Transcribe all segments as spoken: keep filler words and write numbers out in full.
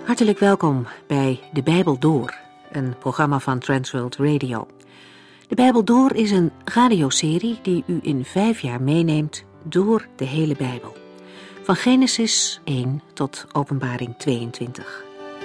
Hartelijk welkom bij De Bijbel Door, een programma van Transworld Radio. De Bijbel Door is een radioserie die u in vijf jaar meeneemt door de hele Bijbel. Van Genesis één tot Openbaring tweeëntwintig.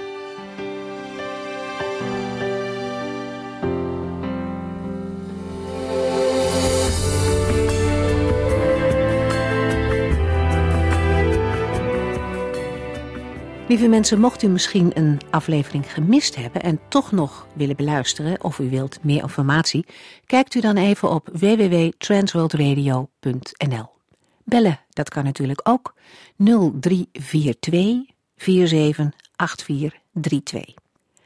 Lieve mensen, mocht u misschien een aflevering gemist hebben en toch nog willen beluisteren of u wilt meer informatie, kijkt u dan even op w w w punt transworld radio punt n l. Bellen, dat kan natuurlijk ook, nul drie vier twee vier zeven acht vier drie twee.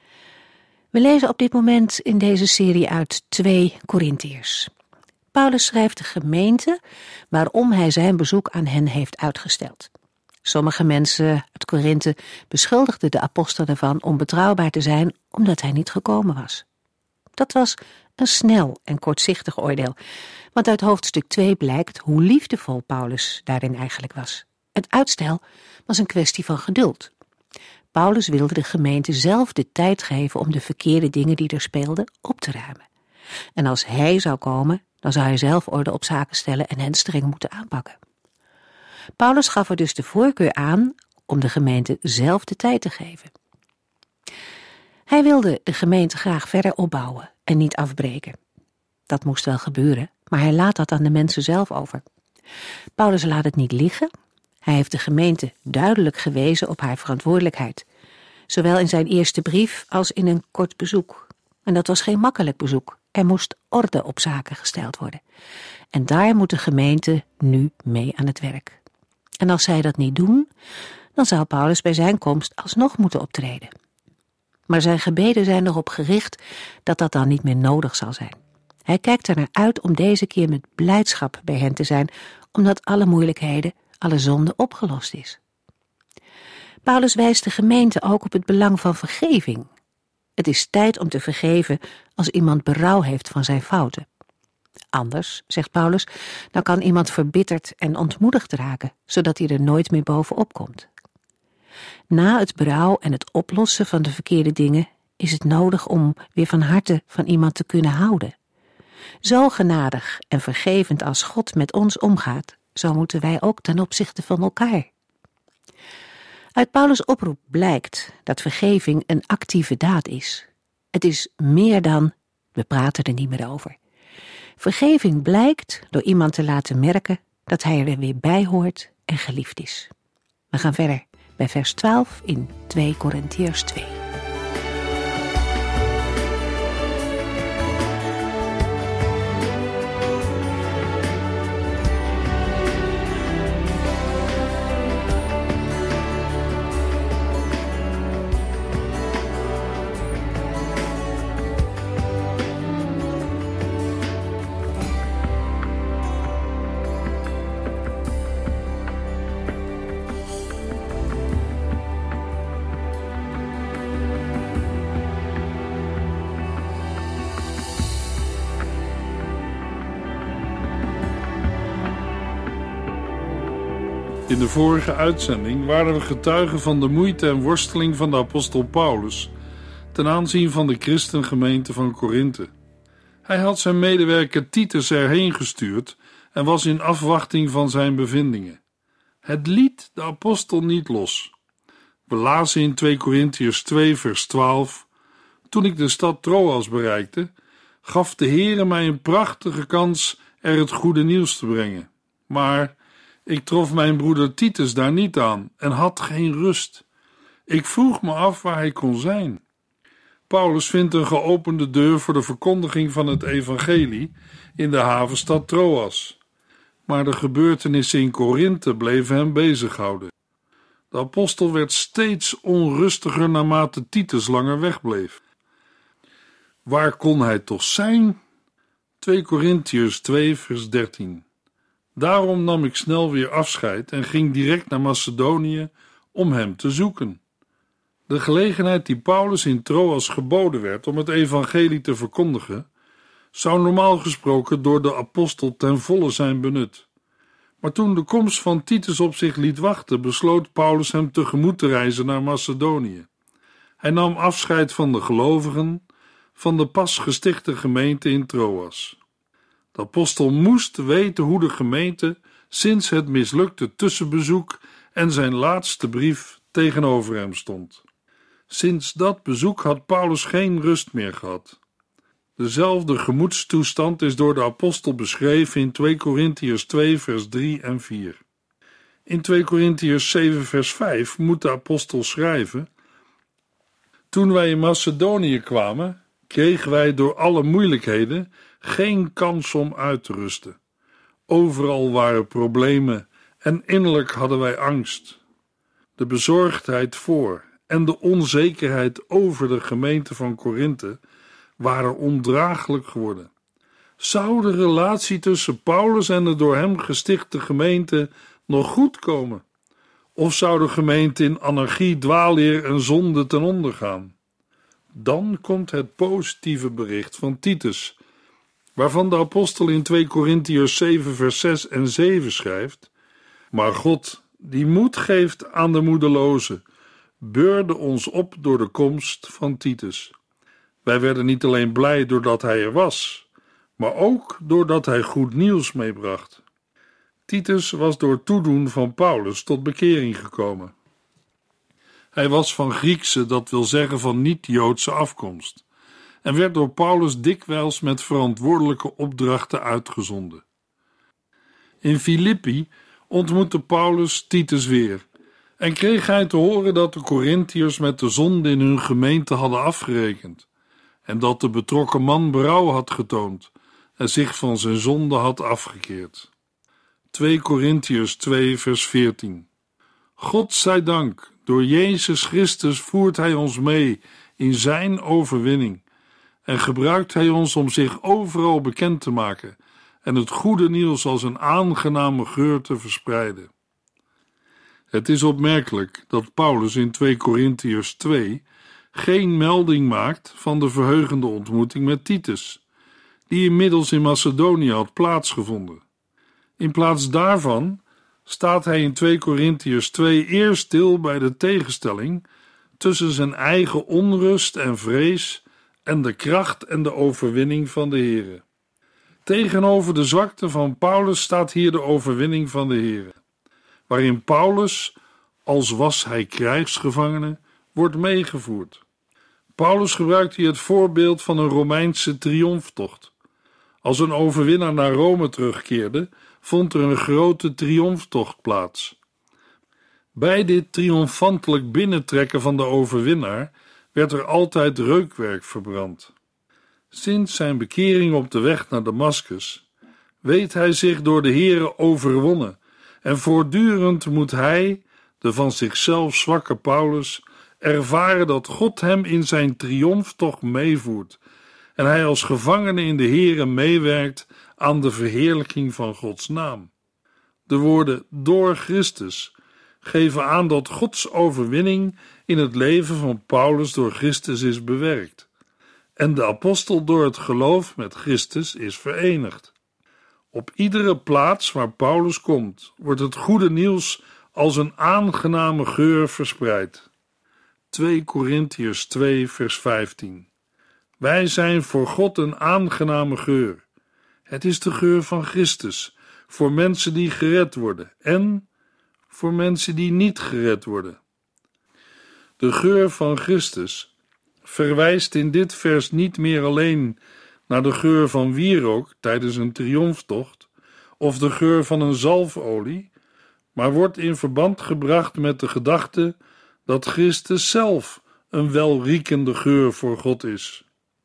We lezen op dit moment in deze serie uit twee Korintiërs. Paulus schrijft de gemeente waarom hij zijn bezoek aan hen heeft uitgesteld. Sommige mensen uit Korinthe beschuldigden de apostel ervan onbetrouwbaar te zijn omdat hij niet gekomen was. Dat was een snel en kortzichtig oordeel, want uit hoofdstuk twee blijkt hoe liefdevol Paulus daarin eigenlijk was. Het uitstel was een kwestie van geduld. Paulus wilde de gemeente zelf de tijd geven om de verkeerde dingen die er speelden op te ruimen. En als hij zou komen, dan zou hij zelf orde op zaken stellen en hen streng moeten aanpakken. Paulus gaf er dus de voorkeur aan om de gemeente zelf de tijd te geven. Hij wilde de gemeente graag verder opbouwen en niet afbreken. Dat moest wel gebeuren, maar hij laat dat aan de mensen zelf over. Paulus laat het niet liggen. Hij heeft de gemeente duidelijk gewezen op haar verantwoordelijkheid, zowel in zijn eerste brief als in een kort bezoek. En dat was geen makkelijk bezoek. Er moest orde op zaken gesteld worden. En daar moet de gemeente nu mee aan het werk. En als zij dat niet doen, dan zou Paulus bij zijn komst alsnog moeten optreden. Maar zijn gebeden zijn erop gericht dat dat dan niet meer nodig zal zijn. Hij kijkt er naar uit om deze keer met blijdschap bij hen te zijn, omdat alle moeilijkheden, alle zonde opgelost is. Paulus wijst de gemeente ook op het belang van vergeving. Het is tijd om te vergeven als iemand berouw heeft van zijn fouten. Anders, zegt Paulus, dan kan iemand verbitterd en ontmoedigd raken, zodat hij er nooit meer bovenop komt. Na het berouw en het oplossen van de verkeerde dingen is het nodig om weer van harte van iemand te kunnen houden. Zo genadig en vergevend als God met ons omgaat, zo moeten wij ook ten opzichte van elkaar. Uit Paulus' oproep blijkt dat vergeving een actieve daad is. Het is meer dan, we praten er niet meer over. Vergeving blijkt door iemand te laten merken dat hij er weer bij hoort en geliefd is. We gaan verder bij vers twaalf in twee Korintiërs twee. In de vorige uitzending waren we getuigen van de moeite en worsteling van de apostel Paulus ten aanzien van de christengemeente van Korinthe. Hij had zijn medewerker Titus erheen gestuurd en was in afwachting van zijn bevindingen. Het liet de apostel niet los. We lazen in twee Korintiërs twee vers twaalf: Toen ik de stad Troas bereikte, gaf de Heere mij een prachtige kans er het goede nieuws te brengen. Maar ik trof mijn broeder Titus daar niet aan en had geen rust. Ik vroeg me af waar hij kon zijn. Paulus vindt een geopende deur voor de verkondiging van het evangelie in de havenstad Troas. Maar de gebeurtenissen in Korinthe bleven hem bezighouden. De apostel werd steeds onrustiger naarmate Titus langer wegbleef. Waar kon hij toch zijn? twee Korintiërs twee vers dertien. Daarom nam ik snel weer afscheid en ging direct naar Macedonië om hem te zoeken. De gelegenheid die Paulus in Troas geboden werd om het evangelie te verkondigen, zou normaal gesproken door de apostel ten volle zijn benut. Maar toen de komst van Titus op zich liet wachten, besloot Paulus hem tegemoet te reizen naar Macedonië. Hij nam afscheid van de gelovigen van de pas gestichte gemeente in Troas. De apostel moest weten hoe de gemeente sinds het mislukte tussenbezoek en zijn laatste brief tegenover hem stond. Sinds dat bezoek had Paulus geen rust meer gehad. Dezelfde gemoedstoestand is door de apostel beschreven in twee Korintiërs twee vers drie en vier. In twee Korintiërs zeven vers vijf moet de apostel schrijven: Toen wij in Macedonië kwamen, kregen wij door alle moeilijkheden geen kans om uit te rusten. Overal waren problemen en innerlijk hadden wij angst. De bezorgdheid voor en de onzekerheid over de gemeente van Korinthe waren ondraaglijk geworden. Zou de relatie tussen Paulus en de door hem gestichte gemeente nog goed komen? Of zou de gemeente in anarchie, dwaalleer en zonde ten onder gaan? Dan komt het positieve bericht van Titus, waarvan de apostel in twee Korintiërs zeven vers zes en zeven schrijft: Maar God, die moed geeft aan de moedelozen, beurde ons op door de komst van Titus. Wij werden niet alleen blij doordat hij er was, maar ook doordat hij goed nieuws meebracht. Titus was door toedoen van Paulus tot bekering gekomen. Hij was van Griekse, dat wil zeggen van niet-Joodse afkomst, en werd door Paulus dikwijls met verantwoordelijke opdrachten uitgezonden. In Filippi ontmoette Paulus Titus weer en kreeg hij te horen dat de Korintiërs met de zonde in hun gemeente hadden afgerekend en dat de betrokken man berouw had getoond en zich van zijn zonde had afgekeerd. twee Korintiërs twee vers veertien. God zij dank, door Jezus Christus voert hij ons mee in zijn overwinning en gebruikt hij ons om zich overal bekend te maken en het goede nieuws als een aangename geur te verspreiden. Het is opmerkelijk dat Paulus in twee Korintiërs twee geen melding maakt van de verheugende ontmoeting met Titus, die inmiddels in Macedonië had plaatsgevonden. In plaats daarvan staat hij in twee Korintiërs twee eerst stil bij de tegenstelling tussen zijn eigen onrust en vrees en de kracht en de overwinning van de Here. Tegenover de zwakte van Paulus staat hier de overwinning van de Here, waarin Paulus, als was hij krijgsgevangene, wordt meegevoerd. Paulus gebruikt hier het voorbeeld van een Romeinse triomftocht. Als een overwinnaar naar Rome terugkeerde, vond er een grote triomftocht plaats. Bij dit triomfantelijk binnentrekken van de overwinnaar werd er altijd reukwerk verbrand. Sinds zijn bekering op de weg naar Damaskus weet hij zich door de Here overwonnen en voortdurend moet hij, de van zichzelf zwakke Paulus, ervaren dat God hem in zijn triomftocht meevoert en hij als gevangene in de Here meewerkt aan de verheerlijking van Gods naam. De woorden door Christus geven aan dat Gods overwinning in het leven van Paulus door Christus is bewerkt en de apostel door het geloof met Christus is verenigd. Op iedere plaats waar Paulus komt, wordt het goede nieuws als een aangename geur verspreid. twee Korintiërs twee vers vijftien. Wij zijn voor God een aangename geur. Het is de geur van Christus, voor mensen die gered worden en voor mensen die niet gered worden. De geur van Christus verwijst in dit vers niet meer alleen naar de geur van wierook tijdens een triomftocht of de geur van een zalfolie, maar wordt in verband gebracht met de gedachte dat Christus zelf een welriekende geur voor God is.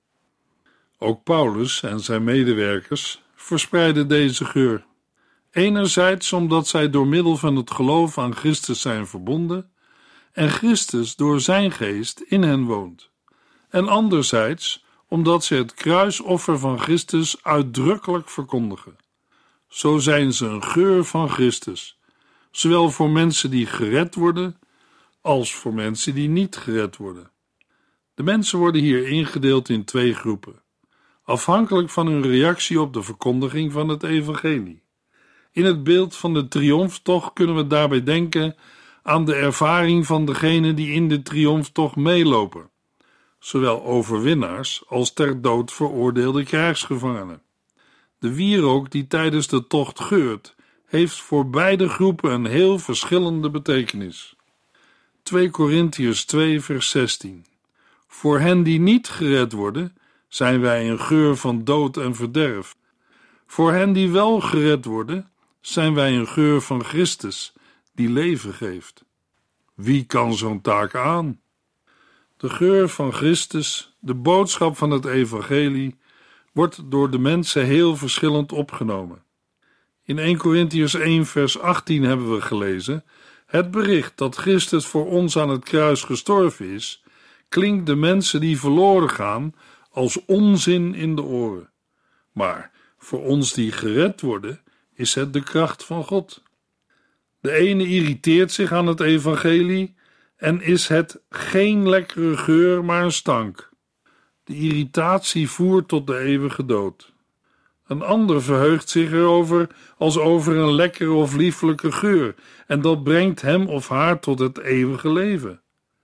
Ook Paulus en zijn medewerkers verspreiden deze geur. Enerzijds omdat zij door middel van het geloof aan Christus zijn verbonden en Christus door zijn geest in hen woont. En anderzijds omdat ze het kruisoffer van Christus uitdrukkelijk verkondigen. Zo zijn ze een geur van Christus, zowel voor mensen die gered worden als voor mensen die niet gered worden. De mensen worden hier ingedeeld in twee groepen, afhankelijk van hun reactie op de verkondiging van het evangelie. In het beeld van de triomftocht kunnen we daarbij denken aan de ervaring van degenen die in de triomftocht meelopen, zowel overwinnaars als ter dood veroordeelde krijgsgevangenen. De wierook die tijdens de tocht geurt, heeft voor beide groepen een heel verschillende betekenis. twee Korintiërs twee vers zestien. Voor hen die niet gered worden, zijn wij een geur van dood en verderf. Voor hen die wel gered worden, zijn wij een geur van Christus, die leven geeft. Wie kan zo'n taak aan? De geur van Christus, de boodschap van het evangelie, wordt door de mensen heel verschillend opgenomen. In eerste Korintiërs één vers achttien hebben we gelezen: het bericht dat Christus voor ons aan het kruis gestorven is, klinkt de mensen die verloren gaan als onzin in de oren. Maar voor ons die gered worden, is het de kracht van God. De ene irriteert zich aan het evangelie en is het geen lekkere geur, maar een stank. De irritatie voert tot de eeuwige dood. Een ander verheugt zich erover als over een lekkere of lieflijke geur, en dat brengt hem of haar tot het eeuwige leven.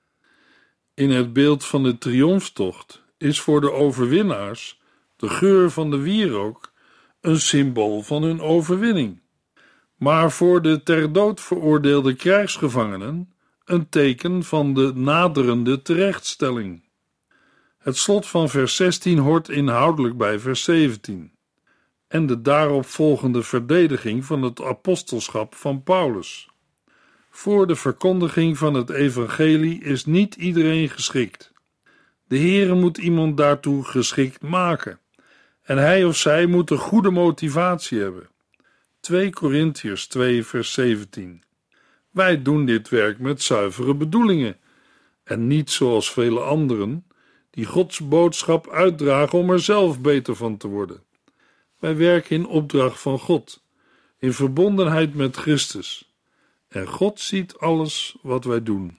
In het beeld van de triomftocht is voor de overwinnaars de geur van de wierook een symbool van hun overwinning, maar voor de ter dood veroordeelde krijgsgevangenen een teken van de naderende terechtstelling. Het slot van vers zestien hoort inhoudelijk bij vers zeventien en de daarop volgende verdediging van het apostelschap van Paulus. Voor de verkondiging van het evangelie is niet iedereen geschikt. De Heere moet iemand daartoe geschikt maken en hij of zij moet een goede motivatie hebben. twee Korintiërs twee vers zeventien. Wij doen dit werk met zuivere bedoelingen en niet zoals vele anderen die Gods boodschap uitdragen om er zelf beter van te worden. Wij werken in opdracht van God, in verbondenheid met Christus. En God ziet alles wat wij doen.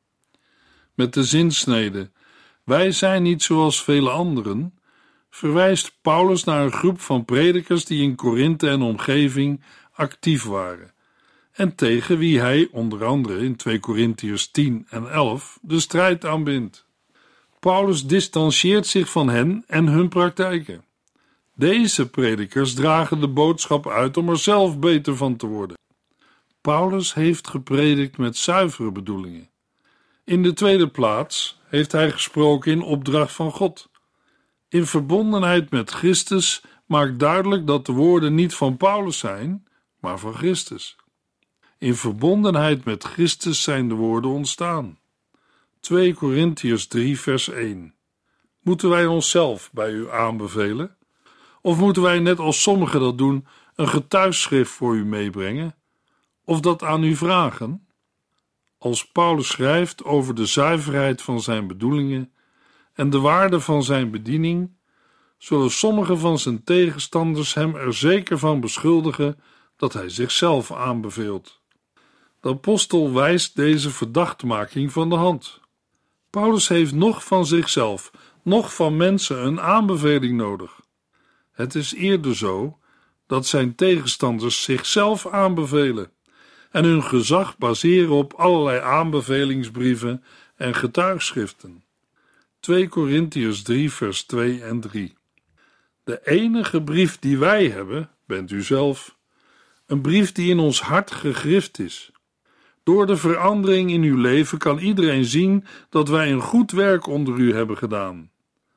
Met de zinsnede, wij zijn niet zoals vele anderen, verwijst Paulus naar een groep van predikers die in Korinthe en omgeving actief waren, en tegen wie hij onder andere in twee Korintiërs tien en elf de strijd aanbindt. Paulus distancieert zich van hen en hun praktijken. Deze predikers dragen de boodschap uit om er zelf beter van te worden. Paulus heeft gepredikt met zuivere bedoelingen. In de tweede plaats heeft hij gesproken in opdracht van God. In verbondenheid met Christus maakt duidelijk dat de woorden niet van Paulus zijn, maar van Christus. In verbondenheid met Christus zijn de woorden ontstaan. twee Korintiërs drie vers één. Moeten wij onszelf bij u aanbevelen? Of moeten wij, net als sommigen dat doen, een getuigschrift voor u meebrengen? Of dat aan u vragen? Als Paulus schrijft over de zuiverheid van zijn bedoelingen en de waarde van zijn bediening, zullen sommige van zijn tegenstanders hem er zeker van beschuldigen dat hij zichzelf aanbeveelt. De apostel wijst deze verdachtmaking van de hand. Paulus heeft nog van zichzelf, nog van mensen een aanbeveling nodig. Het is eerder zo dat zijn tegenstanders zichzelf aanbevelen en hun gezag baseren op allerlei aanbevelingsbrieven en getuigschriften. twee Korintiërs drie vers twee en drie. De enige brief die wij hebben, bent u zelf, een brief die in ons hart gegrift is. Door de verandering in uw leven kan iedereen zien dat wij een goed werk onder u hebben gedaan.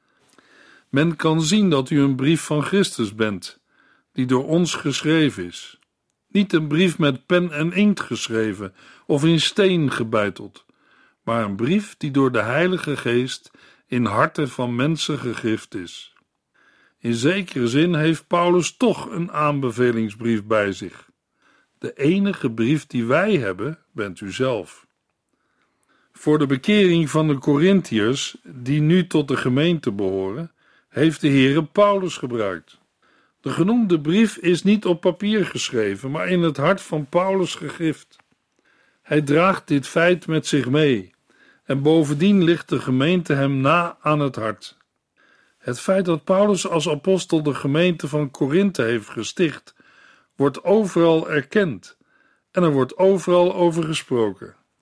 Men kan zien dat u een brief van Christus bent, die door ons geschreven is. Niet een brief met pen en inkt geschreven of in steen gebeiteld, maar een brief die door de Heilige Geest in harten van mensen gegrift is. In zekere zin heeft Paulus toch een aanbevelingsbrief bij zich. De enige brief die wij hebben, bent u zelf. Voor de bekering van de Korintiërs, die nu tot de gemeente behoren, heeft de Heere Paulus gebruikt. De genoemde brief is niet op papier geschreven, maar in het hart van Paulus gegrift. Hij draagt dit feit met zich mee, en bovendien ligt de gemeente hem na aan het hart. Het feit dat Paulus als apostel de gemeente van Korinthe heeft gesticht, wordt overal erkend en er wordt overal over gesproken.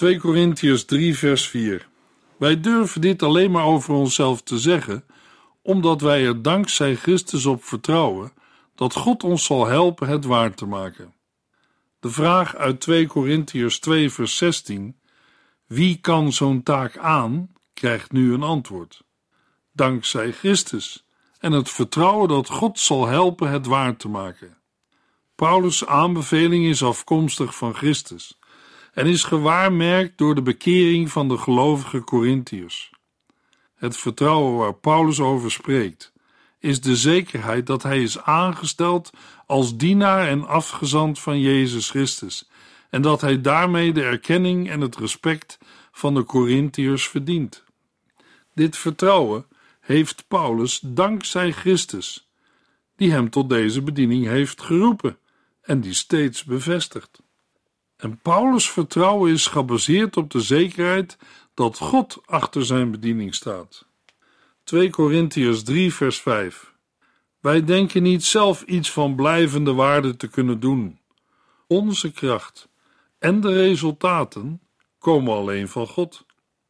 twee Korintiërs drie vers vier. Wij durven dit alleen maar over onszelf te zeggen, omdat wij er dankzij Christus op vertrouwen dat God ons zal helpen het waar te maken. De vraag uit twee Korintiërs twee vers zestien, wie kan zo'n taak aan, krijgt nu een antwoord. Dankzij Christus en het vertrouwen dat God zal helpen het waar te maken. Paulus' aanbeveling is afkomstig van Christus en is gewaarmerkt door de bekering van de gelovige Korintiërs. Het vertrouwen waar Paulus over spreekt, is de zekerheid dat hij is aangesteld als dienaar en afgezant van Jezus Christus en dat hij daarmee de erkenning en het respect van de Korintiërs verdient. Dit vertrouwen heeft Paulus dankzij Christus, die hem tot deze bediening heeft geroepen en die steeds bevestigt. En Paulus' vertrouwen is gebaseerd op de zekerheid dat God achter zijn bediening staat. twee Korintiërs drie vers vijf. Wij denken niet zelf iets van blijvende waarde te kunnen doen. Onze kracht en de resultaten komen alleen van God.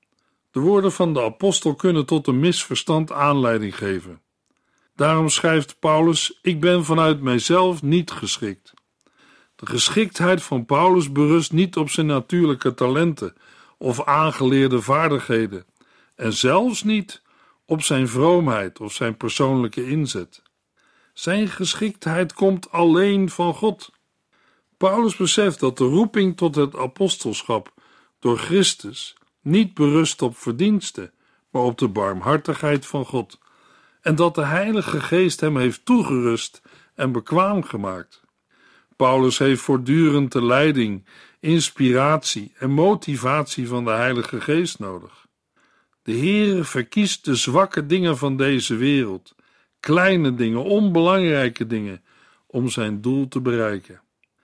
De woorden van de apostel kunnen tot een misverstand aanleiding geven. Daarom schrijft Paulus: ik ben vanuit mijzelf niet geschikt. De geschiktheid van Paulus berust niet op zijn natuurlijke talenten of aangeleerde vaardigheden en zelfs niet op zijn vroomheid of zijn persoonlijke inzet. Zijn geschiktheid komt alleen van God. Paulus beseft dat de roeping tot het apostelschap door Christus niet berust op verdiensten, maar op de barmhartigheid van God, en dat de Heilige Geest hem heeft toegerust en bekwaam gemaakt. Paulus heeft voortdurend de leiding, inspiratie en motivatie van de Heilige Geest nodig. De Heere verkiest de zwakke dingen van deze wereld, kleine dingen, onbelangrijke dingen, om zijn doel te bereiken.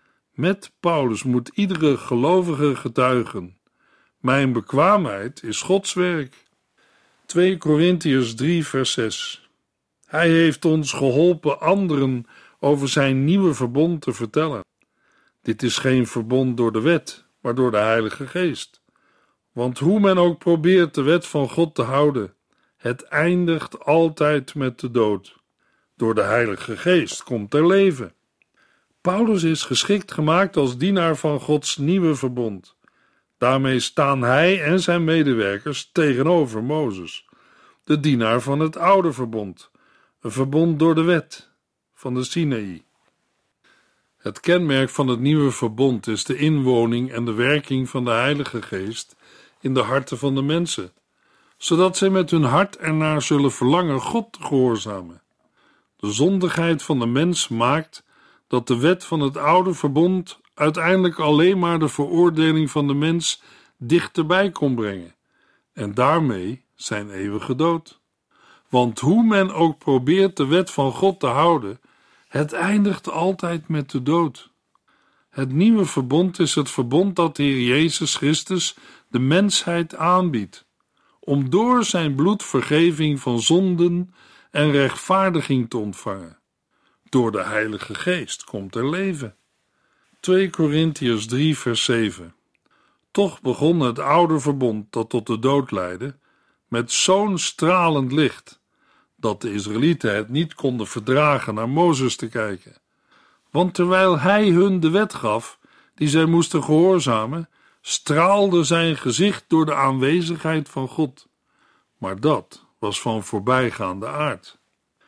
Met Paulus moet iedere gelovige getuigen: mijn bekwaamheid is Gods werk. twee Korintiërs drie vers zes. Hij heeft ons geholpen anderen over zijn nieuwe verbond te vertellen. Dit is geen verbond door de wet, maar door de Heilige Geest. Want hoe men ook probeert de wet van God te houden, het eindigt altijd met de dood. Door de Heilige Geest komt er leven. Paulus is geschikt gemaakt als dienaar van Gods nieuwe verbond. Daarmee staan hij en zijn medewerkers tegenover Mozes, de dienaar van het oude verbond, een verbond door de wet van de Sinaï. Het kenmerk van het nieuwe verbond is de inwoning en de werking van de Heilige Geest in de harten van de mensen, zodat zij met hun hart ernaar zullen verlangen God te gehoorzamen. De zondigheid van de mens maakt dat de wet van het oude verbond uiteindelijk alleen maar de veroordeling van de mens dichterbij kon brengen en daarmee zijn eeuwige dood. Want hoe men ook probeert de wet van God te houden, het eindigt altijd met de dood. Het nieuwe verbond is het verbond dat de Heer Jezus Christus de mensheid aanbiedt, om door zijn bloed vergeving van zonden en rechtvaardiging te ontvangen. Door de Heilige Geest komt er leven. twee Korintiërs drie vers zeven. Toch begon het oude verbond dat tot de dood leidde met zo'n stralend licht dat de Israëlieten het niet konden verdragen naar Mozes te kijken. Want terwijl hij hun de wet gaf die zij moesten gehoorzamen, straalde zijn gezicht door de aanwezigheid van God. Maar dat was van voorbijgaande aard.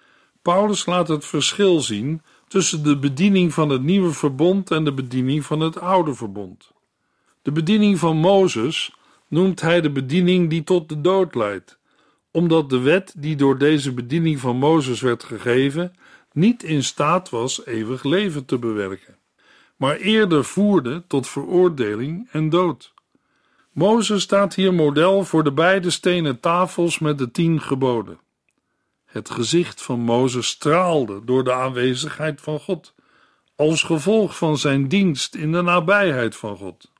Paulus laat het verschil zien tussen de bediening van het nieuwe verbond en de bediening van het oude verbond. De bediening van Mozes noemt hij de bediening die tot de dood leidt, omdat de wet die door deze bediening van Mozes werd gegeven niet in staat was eeuwig leven te bewerken, maar eerder voerde tot veroordeling en dood. Mozes staat hier model voor de beide stenen tafels met de tien geboden. Het gezicht van Mozes straalde door de aanwezigheid van God, als gevolg van zijn dienst in de nabijheid van God.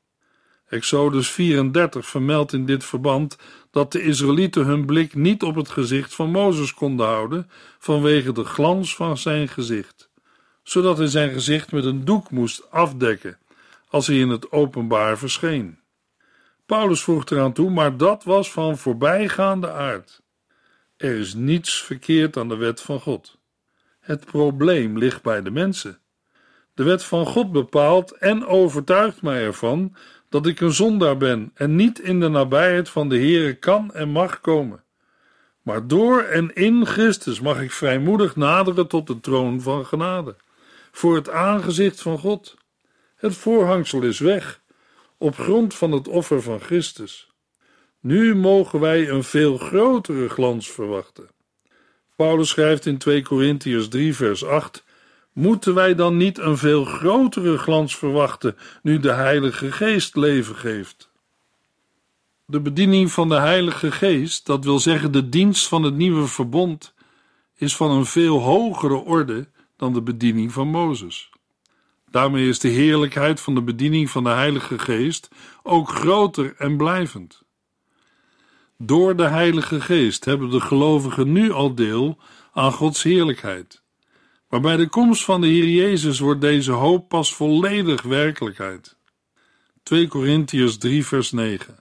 Exodus vierendertig vermeldt in dit verband dat de Israëlieten hun blik niet op het gezicht van Mozes konden houden vanwege de glans van zijn gezicht, zodat hij zijn gezicht met een doek moest afdekken als hij in het openbaar verscheen. Paulus voegt eraan toe, maar dat was van voorbijgaande aard. Er is niets verkeerd aan de wet van God. Het probleem ligt bij de mensen. De wet van God bepaalt en overtuigt mij ervan dat ik een zondaar ben en niet in de nabijheid van de Heere kan en mag komen. Maar door en in Christus mag ik vrijmoedig naderen tot de troon van genade, voor het aangezicht van God. Het voorhangsel is weg, op grond van het offer van Christus. Nu mogen wij een veel grotere glans verwachten. Paulus schrijft in twee Korintiërs drie vers acht: moeten wij dan niet een veel grotere glans verwachten, nu de Heilige Geest leven geeft? De bediening van de Heilige Geest, dat wil zeggen de dienst van het nieuwe verbond, is van een veel hogere orde dan de bediening van Mozes. Daarmee is de heerlijkheid van de bediening van de Heilige Geest ook groter en blijvend. Door de Heilige Geest hebben de gelovigen nu al deel aan Gods heerlijkheid. Maar bij de komst van de Heer Jezus wordt deze hoop pas volledig werkelijkheid. twee Korintiërs drie vers negen.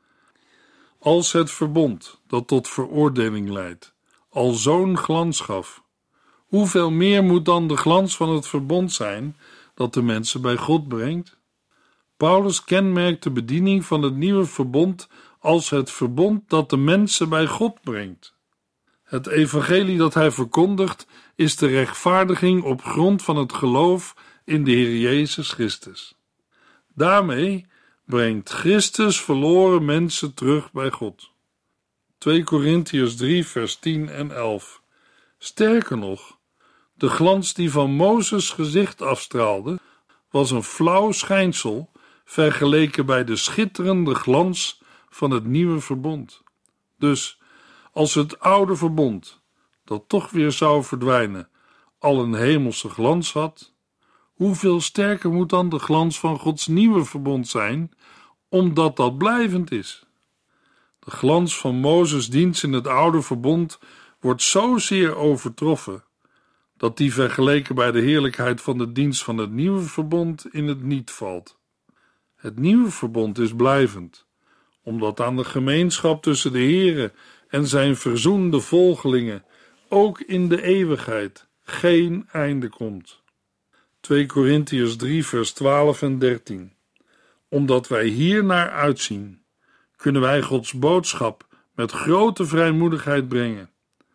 Als het verbond dat tot veroordeling leidt, al zo'n glans gaf, hoeveel meer moet dan de glans van het verbond zijn dat de mensen bij God brengt? Paulus kenmerkt de bediening van het nieuwe verbond als het verbond dat de mensen bij God brengt. Het evangelie dat hij verkondigt is de rechtvaardiging op grond van het geloof in de Heer Jezus Christus. Daarmee brengt Christus verloren mensen terug bij God. twee Korintiërs drie vers tien en elf. Sterker nog, de glans die van Mozes gezicht afstraalde, was een flauw schijnsel vergeleken bij de schitterende glans van het nieuwe verbond. Dus als het oude verbond, dat toch weer zou verdwijnen, al een hemelse glans had, hoeveel sterker moet dan de glans van Gods nieuwe verbond zijn, omdat dat blijvend is? De glans van Mozes' dienst in het oude verbond wordt zozeer overtroffen, dat die vergeleken bij de heerlijkheid van de dienst van het nieuwe verbond in het niet valt. Het nieuwe verbond is blijvend, omdat aan de gemeenschap tussen de Heere en zijn verzoende volgelingen ook in de eeuwigheid geen einde komt. twee Korintiërs drie vers twaalf en dertien. Omdat wij hier naar uitzien, kunnen wij Gods boodschap met grote vrijmoedigheid brengen.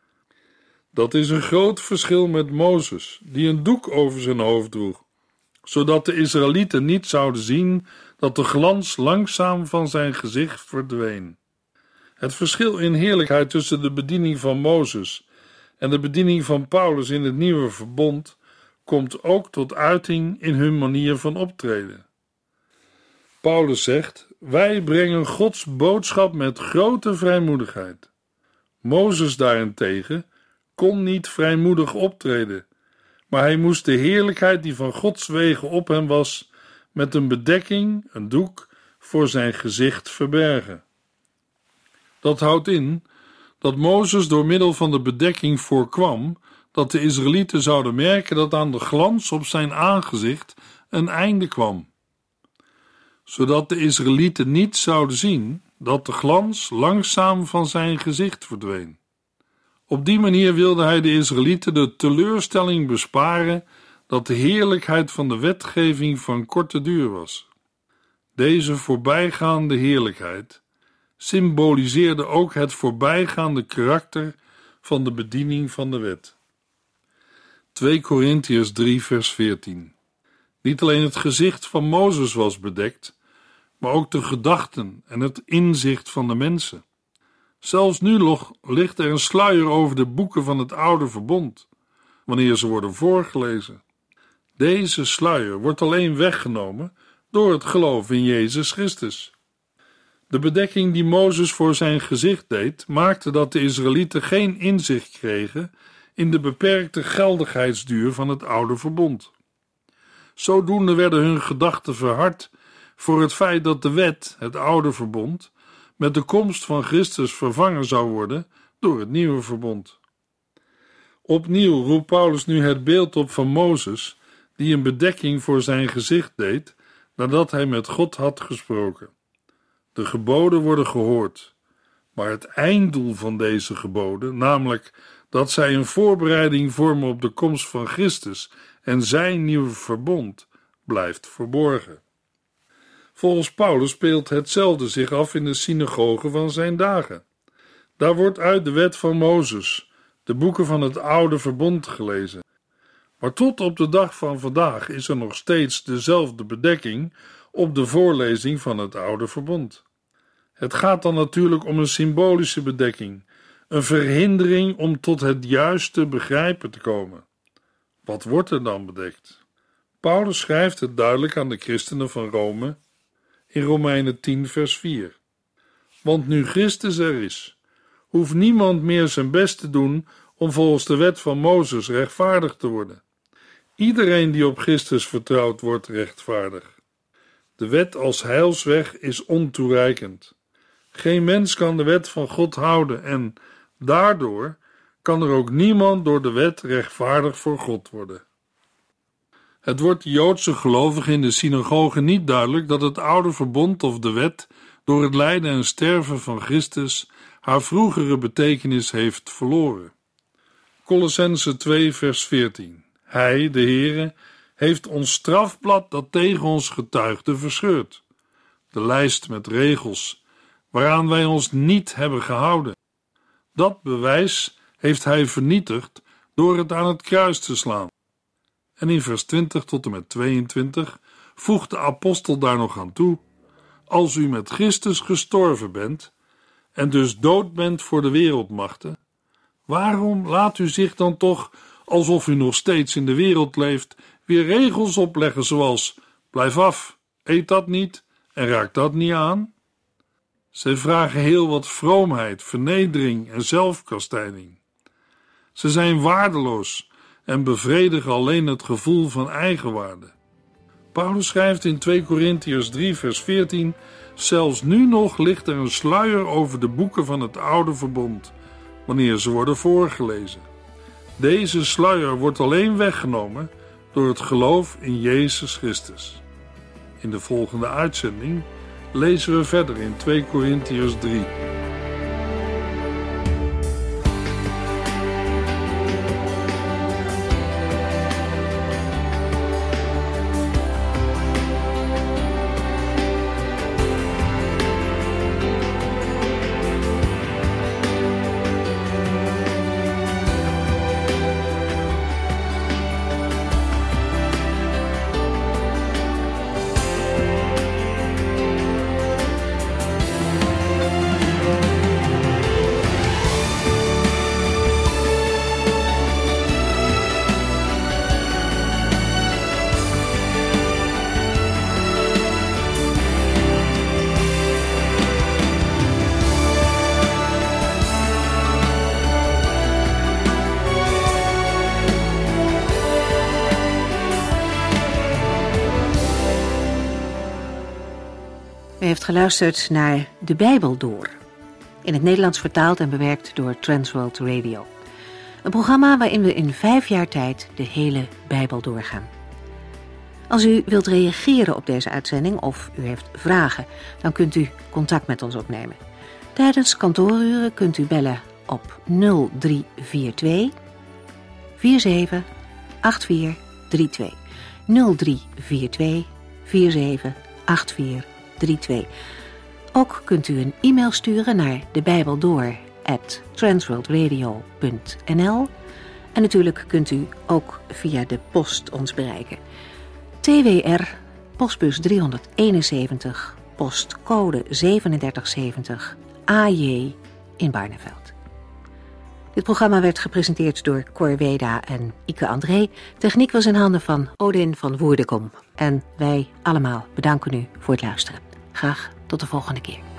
Dat is een groot verschil met Mozes, die een doek over zijn hoofd droeg, zodat de Israëlieten niet zouden zien dat de glans langzaam van zijn gezicht verdween. Het verschil in heerlijkheid tussen de bediening van Mozes en de bediening van Paulus in het nieuwe verbond komt ook tot uiting in hun manier van optreden. Paulus zegt: wij brengen Gods boodschap met grote vrijmoedigheid. Mozes daarentegen kon niet vrijmoedig optreden, maar hij moest de heerlijkheid die van Gods wegen op hem was, met een bedekking, een doek, voor zijn gezicht verbergen. Dat houdt in dat Mozes door middel van de bedekking voorkwam dat de Israëlieten zouden merken dat aan de glans op zijn aangezicht een einde kwam, zodat de Israëlieten niet zouden zien dat de glans langzaam van zijn gezicht verdween. Op die manier wilde hij de Israëlieten de teleurstelling besparen dat de heerlijkheid van de wetgeving van korte duur was. Deze voorbijgaande heerlijkheid symboliseerde ook het voorbijgaande karakter van de bediening van de wet. twee Korintiërs drie vers veertien. Niet alleen het gezicht van Mozes was bedekt, maar ook de gedachten en het inzicht van de mensen. Zelfs nu nog ligt er een sluier over de boeken van het oude verbond, wanneer ze worden voorgelezen. Deze sluier wordt alleen weggenomen door het geloof in Jezus Christus. De bedekking die Mozes voor zijn gezicht deed, maakte dat de Israëlieten geen inzicht kregen in de beperkte geldigheidsduur van het oude verbond. Zodoende werden hun gedachten verhard voor het feit dat de wet, het oude verbond, met de komst van Christus vervangen zou worden door het nieuwe verbond. Opnieuw roept Paulus nu het beeld op van Mozes, die een bedekking voor zijn gezicht deed nadat hij met God had gesproken. De geboden worden gehoord, maar het einddoel van deze geboden, namelijk dat zij een voorbereiding vormen op de komst van Christus en zijn nieuwe verbond, blijft verborgen. Volgens Paulus speelt hetzelfde zich af in de synagogen van zijn dagen. Daar wordt uit de wet van Mozes, de boeken van het oude verbond gelezen. Maar tot op de dag van vandaag is er nog steeds dezelfde bedekking op de voorlezing van het oude verbond. Het gaat dan natuurlijk om een symbolische bedekking, een verhindering om tot het juiste begrijpen te komen. Wat wordt er dan bedekt? Paulus schrijft het duidelijk aan de christenen van Rome in Romeinen tien vers vier. Want nu Christus er is, hoeft niemand meer zijn best te doen om volgens de wet van Mozes rechtvaardig te worden. Iedereen die op Christus vertrouwt, wordt rechtvaardig. De wet als heilsweg is ontoereikend. Geen mens kan de wet van God houden en daardoor kan er ook niemand door de wet rechtvaardig voor God worden. Het wordt de Joodse gelovigen in de synagogen niet duidelijk dat het oude verbond of de wet door het lijden en sterven van Christus haar vroegere betekenis heeft verloren. Kolossenzen twee vers veertien. Hij, de Heere, heeft ons strafblad dat tegen ons getuigde verscheurd. De lijst met regels waaraan wij ons niet hebben gehouden. Dat bewijs heeft hij vernietigd door het aan het kruis te slaan. En in vers twintig tot en met tweeëntwintig voegt de apostel daar nog aan toe: als u met Christus gestorven bent en dus dood bent voor de wereldmachten, waarom laat u zich dan toch, alsof u nog steeds in de wereld leeft, weer regels opleggen zoals: blijf af, eet dat niet en raak dat niet aan? Zij vragen heel wat vroomheid, vernedering en zelfkastijding. Ze zijn waardeloos en bevredigen alleen het gevoel van eigenwaarde. Paulus schrijft in twee Korintiërs drie vers veertien: zelfs nu nog ligt er een sluier over de boeken van het oude verbond, wanneer ze worden voorgelezen. Deze sluier wordt alleen weggenomen door het geloof in Jezus Christus. In de volgende uitzending lezen we verder in twee Korintiërs drie. U heeft geluisterd naar De Bijbel Door, in het Nederlands vertaald en bewerkt door Transworld Radio. Een programma waarin we in vijf jaar tijd de hele Bijbel doorgaan. Als u wilt reageren op deze uitzending of u heeft vragen, dan kunt u contact met ons opnemen. Tijdens kantooruren kunt u bellen op nul drie vier twee vier zeven acht vier drie twee. nul drie vier twee vier zeven acht vier drie twee. Ook kunt u een e-mail sturen naar debijbeldoor at transworldradio punt n l en natuurlijk kunt u ook via de post ons bereiken. T W R, postbus driehonderdeenenzeventig, postcode zevenendertig zeventig, A J in Barneveld. Dit programma werd gepresenteerd door Cor Weda en Ike André. Techniek was in handen van Odin van Woerdekom. En wij allemaal bedanken u voor het luisteren. Graag tot de volgende keer.